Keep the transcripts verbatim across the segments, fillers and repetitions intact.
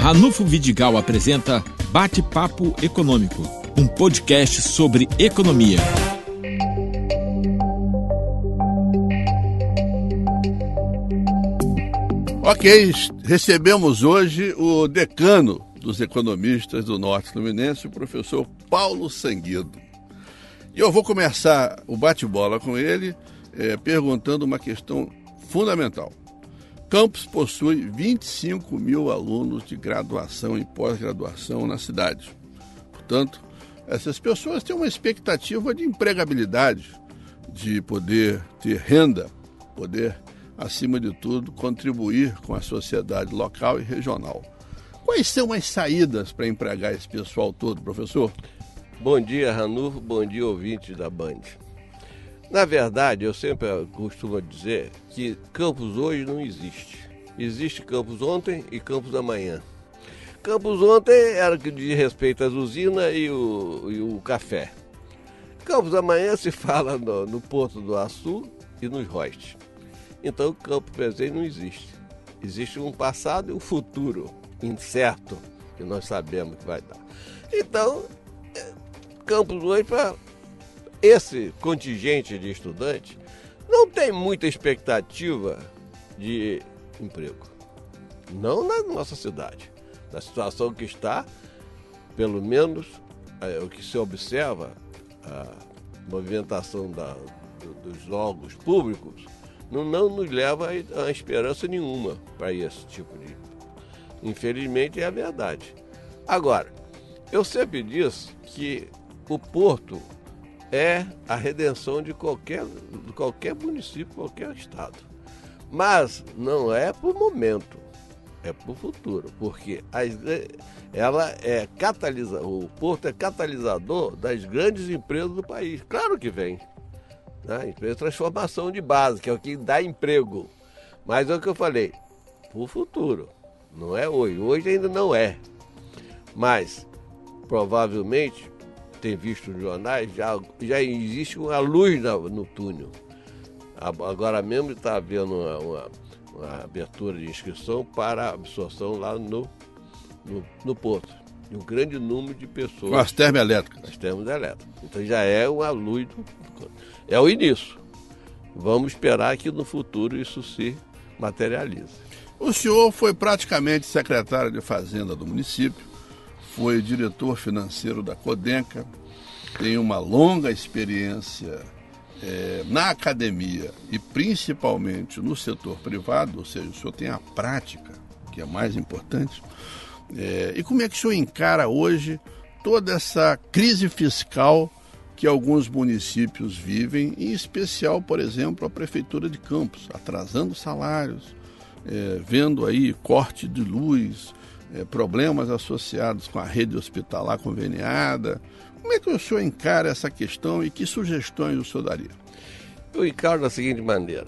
Ranulfo Vidigal apresenta Bate-Papo Econômico, um podcast sobre economia. Ok, recebemos hoje o decano dos economistas do Norte Fluminense, o professor Paulo Sanguido. E eu vou começar o bate-bola com ele é, perguntando uma questão fundamental. Campos possui vinte e cinco mil alunos de graduação e pós-graduação na cidade. Portanto, essas pessoas têm uma expectativa de empregabilidade, de poder ter renda, poder, acima de tudo, contribuir com a sociedade local e regional. Quais são as saídas para empregar esse pessoal todo, professor? Bom dia, Ranulfo. Bom dia, ouvintes da Band. Na verdade, eu sempre costumo dizer que campus hoje não existe. Existe campus ontem e campus amanhã. Campus ontem era o que diz respeito às usinas e o, e o café. Campus amanhã se fala no, no Porto do Açu e nos royalties. Então o campo presente não existe. Existe um passado e um futuro incerto, que nós sabemos que vai dar. Então, campus hoje para esse contingente de estudantes não tem muita expectativa de emprego. Não na nossa cidade. Na situação que está, pelo menos é, o que se observa, a movimentação da, do, dos órgãos públicos, não, não nos leva a, a esperança nenhuma para esse tipo de... Infelizmente é a verdade. Agora, eu sempre disse que o Porto é a redenção de qualquer, de qualquer município, qualquer estado. Mas não é para o momento, é para o futuro, porque as, ela é catalisador, o Porto é catalisador das grandes empresas do país. Claro que vem. Né? Empresa de transformação de base, que é o que dá emprego. Mas é o que eu falei, para o futuro, não é hoje. Hoje ainda não é. Mas, provavelmente, tem visto nos jornais, já, já existe uma luz no, no túnel. Agora mesmo está havendo uma, uma, uma abertura de inscrição para absorção lá no, no, no Porto. De um grande número de pessoas. Com as termoelétricas. As termoelétricas. Então já é uma luz, do, é o início. Vamos esperar que no futuro isso se materialize. O senhor foi praticamente secretário de Fazenda do município, foi diretor financeiro da Codenca, tem uma longa experiência é, na academia e principalmente no setor privado, ou seja, o senhor tem a prática, que é mais importante. É, e como é que o senhor encara hoje toda essa crise fiscal que alguns municípios vivem, em especial, por exemplo, a Prefeitura de Campos, atrasando salários, é, vendo aí corte de luz, É, problemas associados com a rede hospitalar conveniada. Como é que o senhor encara essa questão e que sugestões o senhor daria? Eu encaro da seguinte maneira.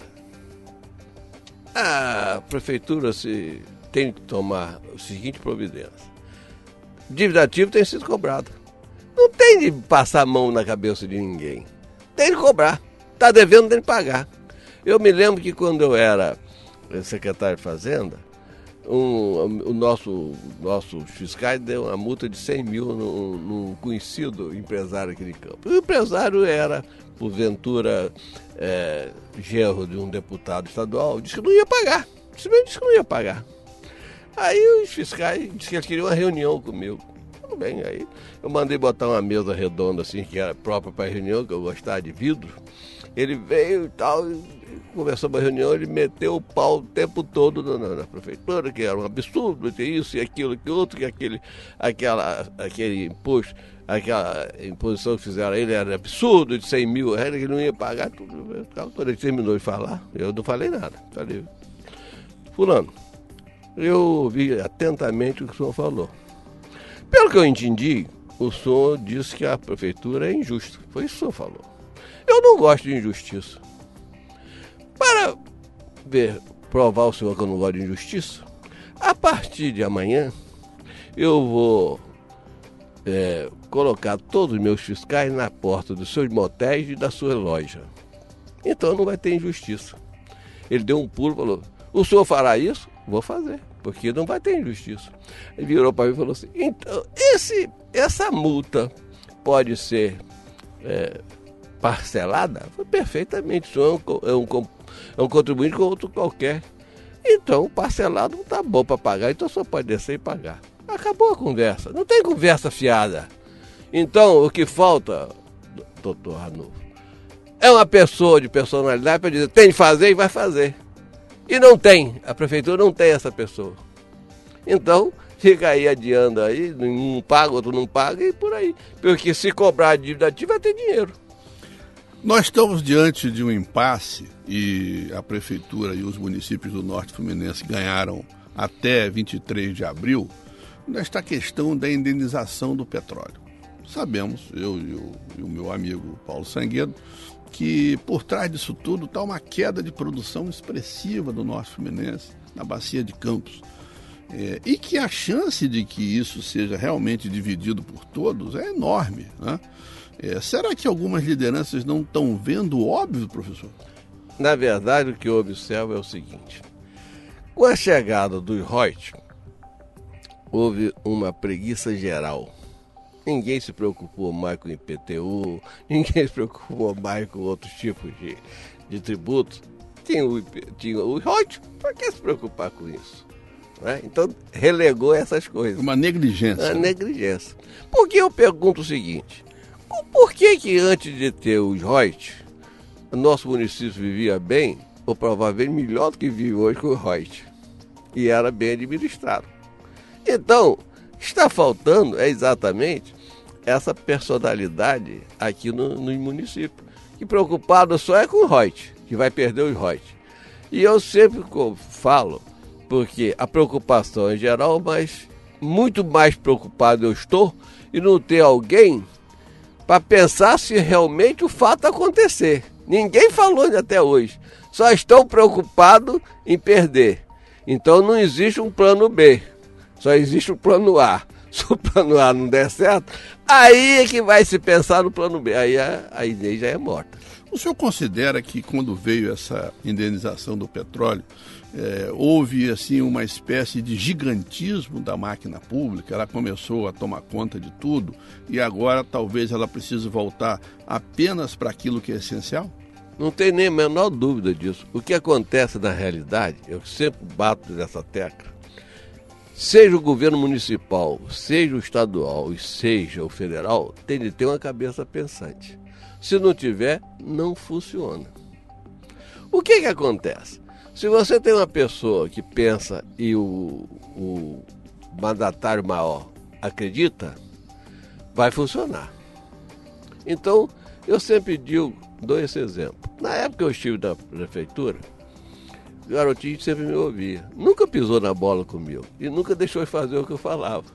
A prefeitura se, tem que tomar o seguinte providência. Dívida ativa tem sido cobrada. Não tem de passar a mão na cabeça de ninguém. Tem de cobrar. Está devendo, tem de pagar. Eu me lembro que quando eu era secretário de Fazenda, Um, o nosso, nossos fiscais deu uma multa de cem mil num, num conhecido empresário aqui de Campos. O empresário era, porventura, é, genro de um deputado estadual, disse que não ia pagar. Simplesmente disse que não ia pagar. Aí os fiscais disseram que eles queriam uma reunião comigo. Tudo bem, aí eu mandei botar uma mesa redonda assim, que era própria para reunião, que eu gostava de vidro. Ele veio e tal, conversou para a reunião, ele meteu o pau o tempo todo na, na prefeitura, que era um absurdo, que isso e aquilo, que outro, que aquele, aquela, aquele imposto, aquela imposição que fizeram a ele era absurdo, de cem mil reais, que ele não ia pagar tudo. Quando ele terminou de falar, eu não falei nada. Falei, fulano, eu ouvi atentamente o que o senhor falou. Pelo que eu entendi, o senhor disse que a prefeitura é injusta. Foi isso que o senhor falou. Eu não gosto de injustiça. Para ver, provar ao senhor que eu não gosto de injustiça, a partir de amanhã eu vou é, colocar todos os meus fiscais na porta dos seus motéis e da sua loja. Então não vai ter injustiça. Ele deu um pulo e falou, o senhor fará isso? Vou fazer. porque não vai ter injustiça. Ele virou para mim e falou assim, então, esse, essa multa pode ser é, parcelada? Foi perfeitamente, isso é um, é, um, é um contribuinte como outro qualquer. Então, parcelado não está bom para pagar, então só pode descer e pagar. Acabou a conversa, não tem conversa fiada. Então, o que falta, doutor Ranulfo, é uma pessoa de personalidade para dizer, tem de fazer e vai fazer. E não tem, a prefeitura não tem essa pessoa. Então, fica aí adiando aí, um paga, outro não paga e por aí. Porque se cobrar a dívida ativa, vai ter dinheiro. Nós estamos diante de um impasse e a prefeitura e os municípios do Norte Fluminense ganharam até vinte e três de abril nesta questão da indenização do petróleo. Sabemos, eu e o, e o meu amigo Paulo Sanguedo, que por trás disso tudo está uma queda de produção expressiva do Norte Fluminense, na Bacia de Campos. É, e que a chance de que isso seja realmente dividido por todos é enorme, né? É, será que algumas lideranças não estão vendo o óbvio, professor? Na verdade, o que eu observo é o seguinte. Com a chegada do Reut, houve uma preguiça geral. Ninguém se preocupou mais com o I P T U, ninguém se preocupou mais com outros tipos de, de tributos. Tinha o, tinha o Reut, para que se preocupar com isso? Né? Então, relegou essas coisas. Uma negligência. Uma negligência. Porque eu pergunto o seguinte, por que que antes de ter os Reut, o nosso município vivia bem, ou provavelmente melhor do que vive hoje com o Reut, e era bem administrado? Então, está faltando é exatamente essa personalidade aqui no, no município, que preocupado só é com o Reut, que vai perder os Reut. E eu sempre falo, porque a preocupação é geral, mas muito mais preocupado eu estou em não ter alguém para pensar se realmente o fato acontecer. Ninguém falou até hoje, só estão preocupados em perder. Então não existe um plano B, só existe um plano A. Se o plano A não der certo, aí é que vai se pensar no plano B, aí a, a ideia já é morta. O senhor considera que quando veio essa indenização do petróleo, é, houve assim uma espécie de gigantismo da máquina pública, ela começou a tomar conta de tudo e agora talvez ela precise voltar apenas para aquilo que é essencial? Não tem nem a menor dúvida disso. O que acontece na realidade, eu sempre bato nessa tecla, seja o governo municipal, seja o estadual e seja o federal, tem de ter uma cabeça pensante. Se não tiver, não funciona. O que que acontece? Se você tem uma pessoa que pensa e o, o mandatário maior acredita, vai funcionar. Então, eu sempre digo, dou esse exemplo. Na época que eu estive na prefeitura, o garotinho sempre me ouvia. Nunca pisou na bola comigo e nunca deixou de fazer o que eu falava.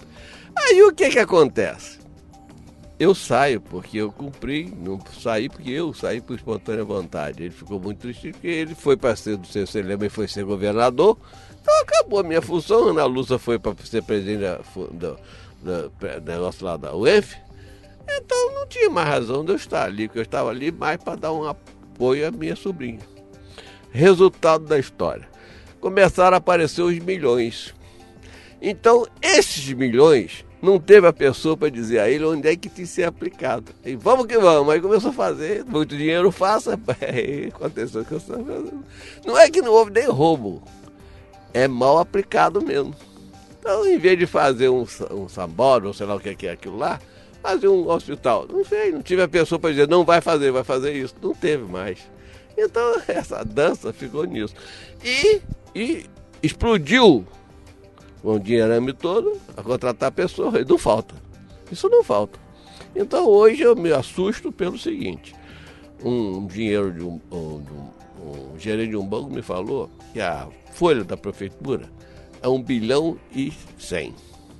Aí o que que acontece? Eu saio porque eu cumpri, não saí porque eu saí por espontânea vontade. Ele ficou muito triste porque ele foi para ser do C C Lema e foi ser governador. Então acabou a minha função. Ana Lúcia foi para ser presidente da, da, da, da negócio lá da U E F. Então não tinha mais razão de eu estar ali, porque eu estava ali mais para dar um apoio à minha sobrinha. Resultado da história. Começaram a aparecer os milhões. Então esses milhões não teve a pessoa para dizer a ele onde é que tinha que ser aplicado. E vamos que vamos. Aí começou a fazer, muito dinheiro, faça. Aí aconteceu o que eu estava fazendo. Não é que não houve nem roubo, é mal aplicado mesmo. Então, em vez de fazer um, um sambódromo, ou sei lá o que é aquilo lá, fazer um hospital. Não sei, não tive a pessoa para dizer, não vai fazer, vai fazer isso. Não teve mais. Então, essa dança ficou nisso. E, e explodiu com o dinheirame todo, a contratar pessoas, não falta. Isso não falta. Então hoje eu me assusto pelo seguinte, um dinheiro de um, um, um, um gerente de um banco me falou que a folha da prefeitura é um bilhão e cem.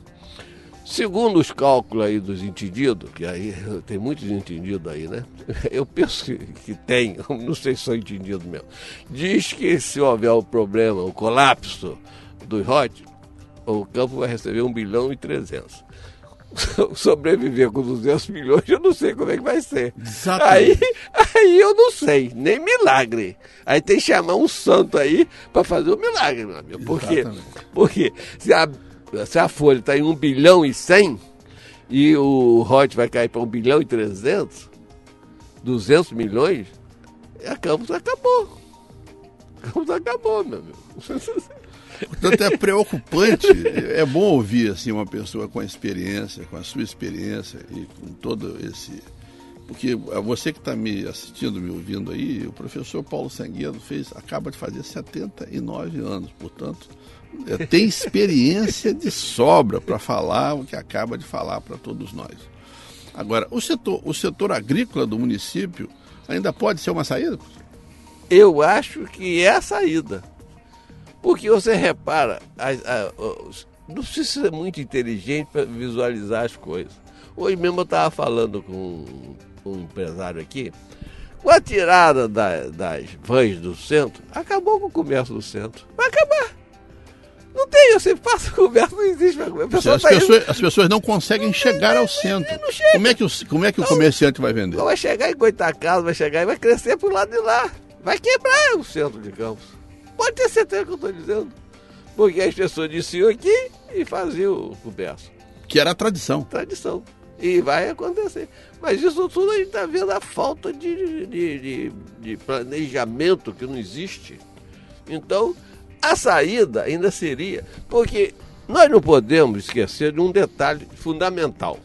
Segundo os cálculos aí dos entendidos, que aí tem muitos entendidos aí, né? Eu penso que, que tem, não sei se são entendidos mesmo. Diz que se houver o problema, o colapso do Reut, o campo vai receber um bilhão e trezentos. sobreviver com duzentos milhões, eu não sei como é que vai ser. Aí, aí eu não sei, nem milagre. Aí tem que chamar um santo aí para fazer o milagre, meu amigo. Porque, porque se, a, se a Folha está em um bilhão e cem e o Hot vai cair para um bilhão e trezentos, duzentos milhões, a Campos acabou. A Campos acabou, meu amigo. Portanto, é preocupante, é bom ouvir assim, uma pessoa com a experiência, com a sua experiência e com todo esse... Porque você que está me assistindo, me ouvindo aí, o professor Paulo Sanguedo fez, acaba de fazer setenta e nove anos, portanto, é, tem experiência de sobra para falar o que acaba de falar para todos nós. Agora, o setor, o setor agrícola do município ainda pode ser uma saída? Eu acho que é a saída. Porque você repara, a, a, a, não precisa ser muito inteligente para visualizar as coisas. Hoje mesmo eu estava falando com um empresário aqui, com a tirada da, das vans do centro, acabou com o comércio do centro. Vai acabar. Não tem, eu sempre faço comércio, não existe. As, tá pessoas, as pessoas não conseguem não, chegar ao centro. Não chega. Como é que o, como é que o então, comerciante vai vender? Vai chegar em Goitacazes, vai chegar e vai crescer para o lado de lá. Vai quebrar o centro de Campos. Pode ter certeza que eu estou dizendo. Porque as pessoas desciam aqui e faziam o comércio. Que era a tradição. Tradição. E vai acontecer. Mas isso tudo a gente está vendo a falta de, de, de, de planejamento que não existe. Então, a saída ainda seria... Porque nós não podemos esquecer de um detalhe fundamental.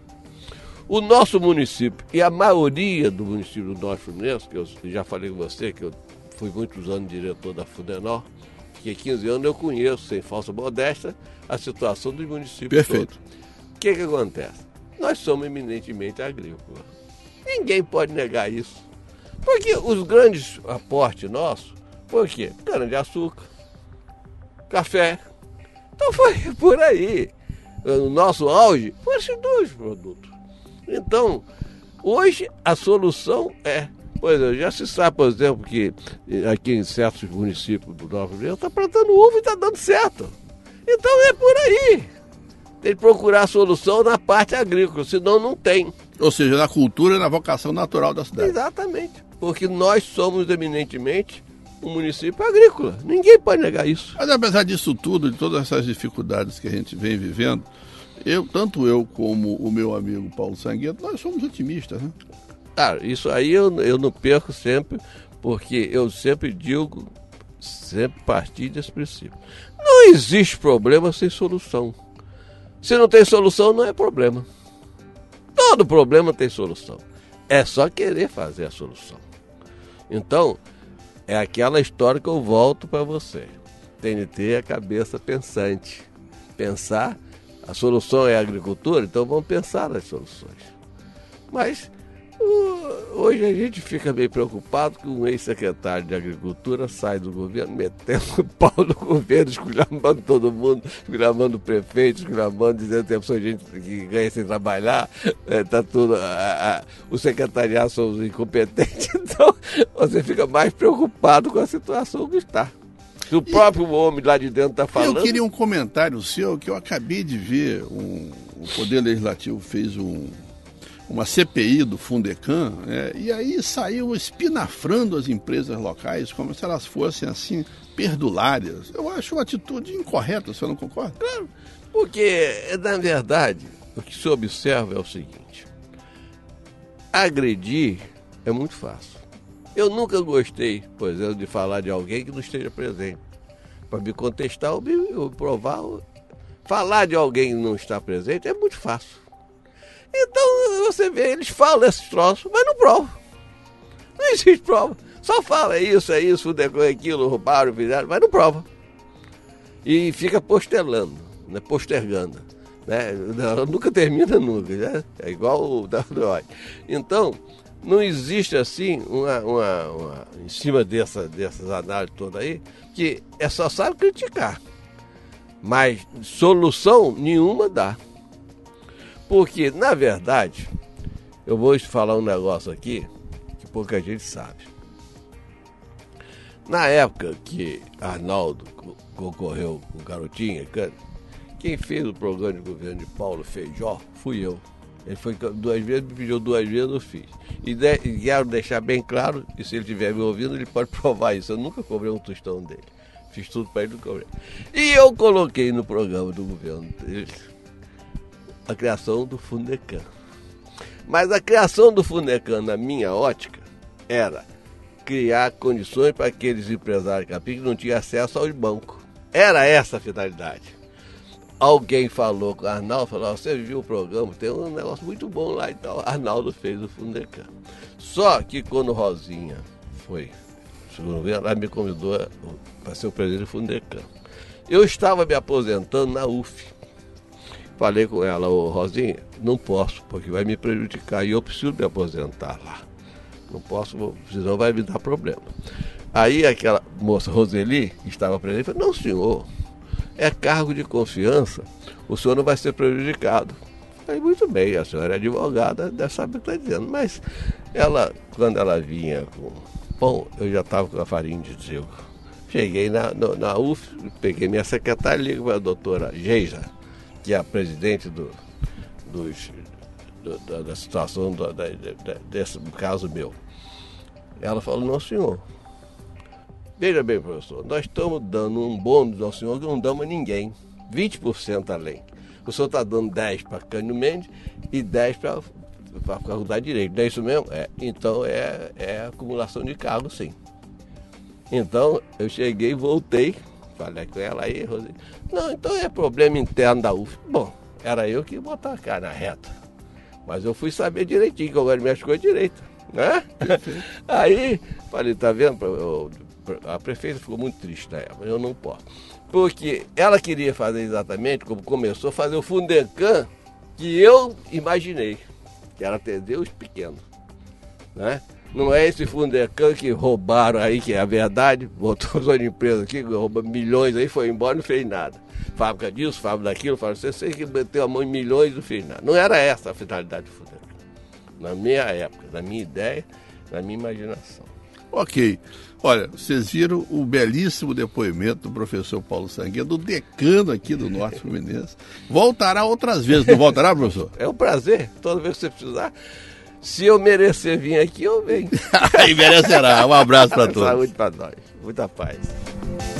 O nosso município, e a maioria do município do Norte Fluminense, que eu já falei com você, que eu fui muitos anos diretor da Fudenor, que há quinze anos eu conheço, sem falsa modéstia, a situação dos municípios. Perfeito. Todos. O que que acontece? Nós somos eminentemente agrícolas. Ninguém pode negar isso. Porque os grandes aportes nossos, foi o quê? Cana-de-açúcar, café. Então foi por aí. O nosso auge foram esses dois produtos. Então, hoje a solução é... Pois é, já se sabe, por exemplo, que aqui em certos municípios do Norte Fluminense está plantando uva e está dando certo. Então é por aí. Tem que procurar a solução na parte agrícola, senão não tem. Ou seja, na cultura e na vocação natural da cidade. Exatamente. Porque nós somos eminentemente um município agrícola. Ninguém pode negar isso. Mas apesar disso tudo, de todas essas dificuldades que a gente vem vivendo, eu, tanto eu como o meu amigo Paulo Sanguedo, nós somos otimistas, né? Cara, isso aí eu, eu não perco sempre, porque eu sempre digo, sempre partilho desse princípio. Não existe problema sem solução. Se não tem solução, não é problema. Todo problema tem solução. É só querer fazer a solução. Então, é aquela história que eu volto para você. Tem de ter a cabeça pensante. Pensar, a solução é a agricultura, então vamos pensar nas soluções. Mas... hoje a gente fica meio preocupado que um ex-secretário de Agricultura sai do governo metendo o pau no governo, esculhambando todo mundo, esculhambando o prefeito, esculhambando, dizendo que tem pessoa gente que ganha sem trabalhar, é, tá tudo, a, a, o secretariado são os incompetentes, então você fica mais preocupado com a situação que está. Se o próprio e, homem lá de dentro está falando... Eu queria um comentário seu, que eu acabei de ver, um, o Poder Legislativo fez um... uma C P I do Fundecam, é, e aí saiu espinafrando as empresas locais como se elas fossem assim, perdulárias. Eu acho uma atitude incorreta, você não concorda? Claro, porque, na verdade, o que se observa é o seguinte: agredir é muito fácil. Eu nunca gostei, por exemplo, de falar de alguém que não esteja presente. Para me contestar ou me provar. Falar de alguém que não está presente é muito fácil. Então, você vê, eles falam esses troços, mas não provam. Não existe prova. Só fala, é isso, é isso, é aquilo, roubaram, fizeram, mas não prova. E fica postelando, né, postergando. Né? Nunca termina nunca, né? É igual o W O I. Então, não existe assim, uma, uma, uma, em cima dessa, dessas análises todas aí, que é só sabe criticar. Mas solução nenhuma dá. Porque, na verdade, eu vou te falar um negócio aqui que pouca gente sabe. Na época que Arnaldo concorreu com o Garotinha, Quem fez o programa de governo de Paulo Feijó fui eu. Ele foi duas vezes, me pediu duas vezes, eu fiz. E, de, e quero deixar bem claro, e se ele estiver me ouvindo, ele pode provar isso. Eu nunca cobrei um tostão dele. Fiz tudo para ele, não cobrei. E eu coloquei no programa do governo dele a criação do Fundecam. Mas a criação do Fundecam, na minha ótica, era criar condições para aqueles empresários capim que não tinham acesso aos bancos. Era essa a finalidade. Alguém falou com o Arnaldo, falou, você viu o programa, tem um negócio muito bom lá e tal. Arnaldo fez o Fundecam. Só que quando Rosinha foi, ela me convidou para ser o presidente do Fundecam. Eu estava me aposentando na U F. Falei com ela, ô Rosinha, não posso, porque vai me prejudicar e eu preciso me aposentar lá. Não posso, senão vai me dar problema. Aí aquela moça, Roseli, que estava presente, falou, não senhor, é cargo de confiança, o senhor não vai ser prejudicado. Falei, muito bem, a senhora é advogada, deve saber o que está dizendo. Mas ela, quando ela vinha com pão, eu já estava com a farinha de trigo. Cheguei na, no, na U F, peguei minha secretária e ligo para a doutora Geisa, que é a presidente do, dos, do, da, da situação do, da, da, desse caso meu. Ela falou, não senhor, veja bem professor, nós estamos dando um bônus ao senhor que não damos a ninguém, vinte por cento além. O senhor está dando dez para Cândido Mendes e dez para a Faculdade de Direito, não é isso mesmo? É, então é, é acumulação de cargos, sim. Então eu cheguei, voltei, falei com ela aí, Roseli. Não, então é problema interno da U F. Bom, era eu que ia botar a cara na reta. Mas eu fui saber direitinho, que eu gosto de minhas coisas direito, né? Aí, falei, tá vendo? Eu, a prefeita ficou muito triste na época, eu não posso. Porque ela queria fazer exatamente como começou a fazer o Fundecam, que eu imaginei, que era atender os pequenos, né? Não é esse Fundecam que roubaram aí, que é a verdade, botou uma empresa aqui, roubou milhões aí, foi embora e não fez nada. Fábrica disso, fábrica daquilo, fábrica, você sei que meteu a mão em milhões e não fez nada. Não era essa a finalidade do Fundecam. Na minha época, na minha ideia, na minha imaginação. Ok. Olha, vocês viram o belíssimo depoimento do professor Paulo Sanguinha, do decano aqui do Norte Fluminense. Voltará outras vezes, não voltará, professor? É um prazer, toda vez que você precisar. Se eu merecer vir aqui, eu venho. E merecerá. Um abraço para todos. Saúde para nós. Muita paz.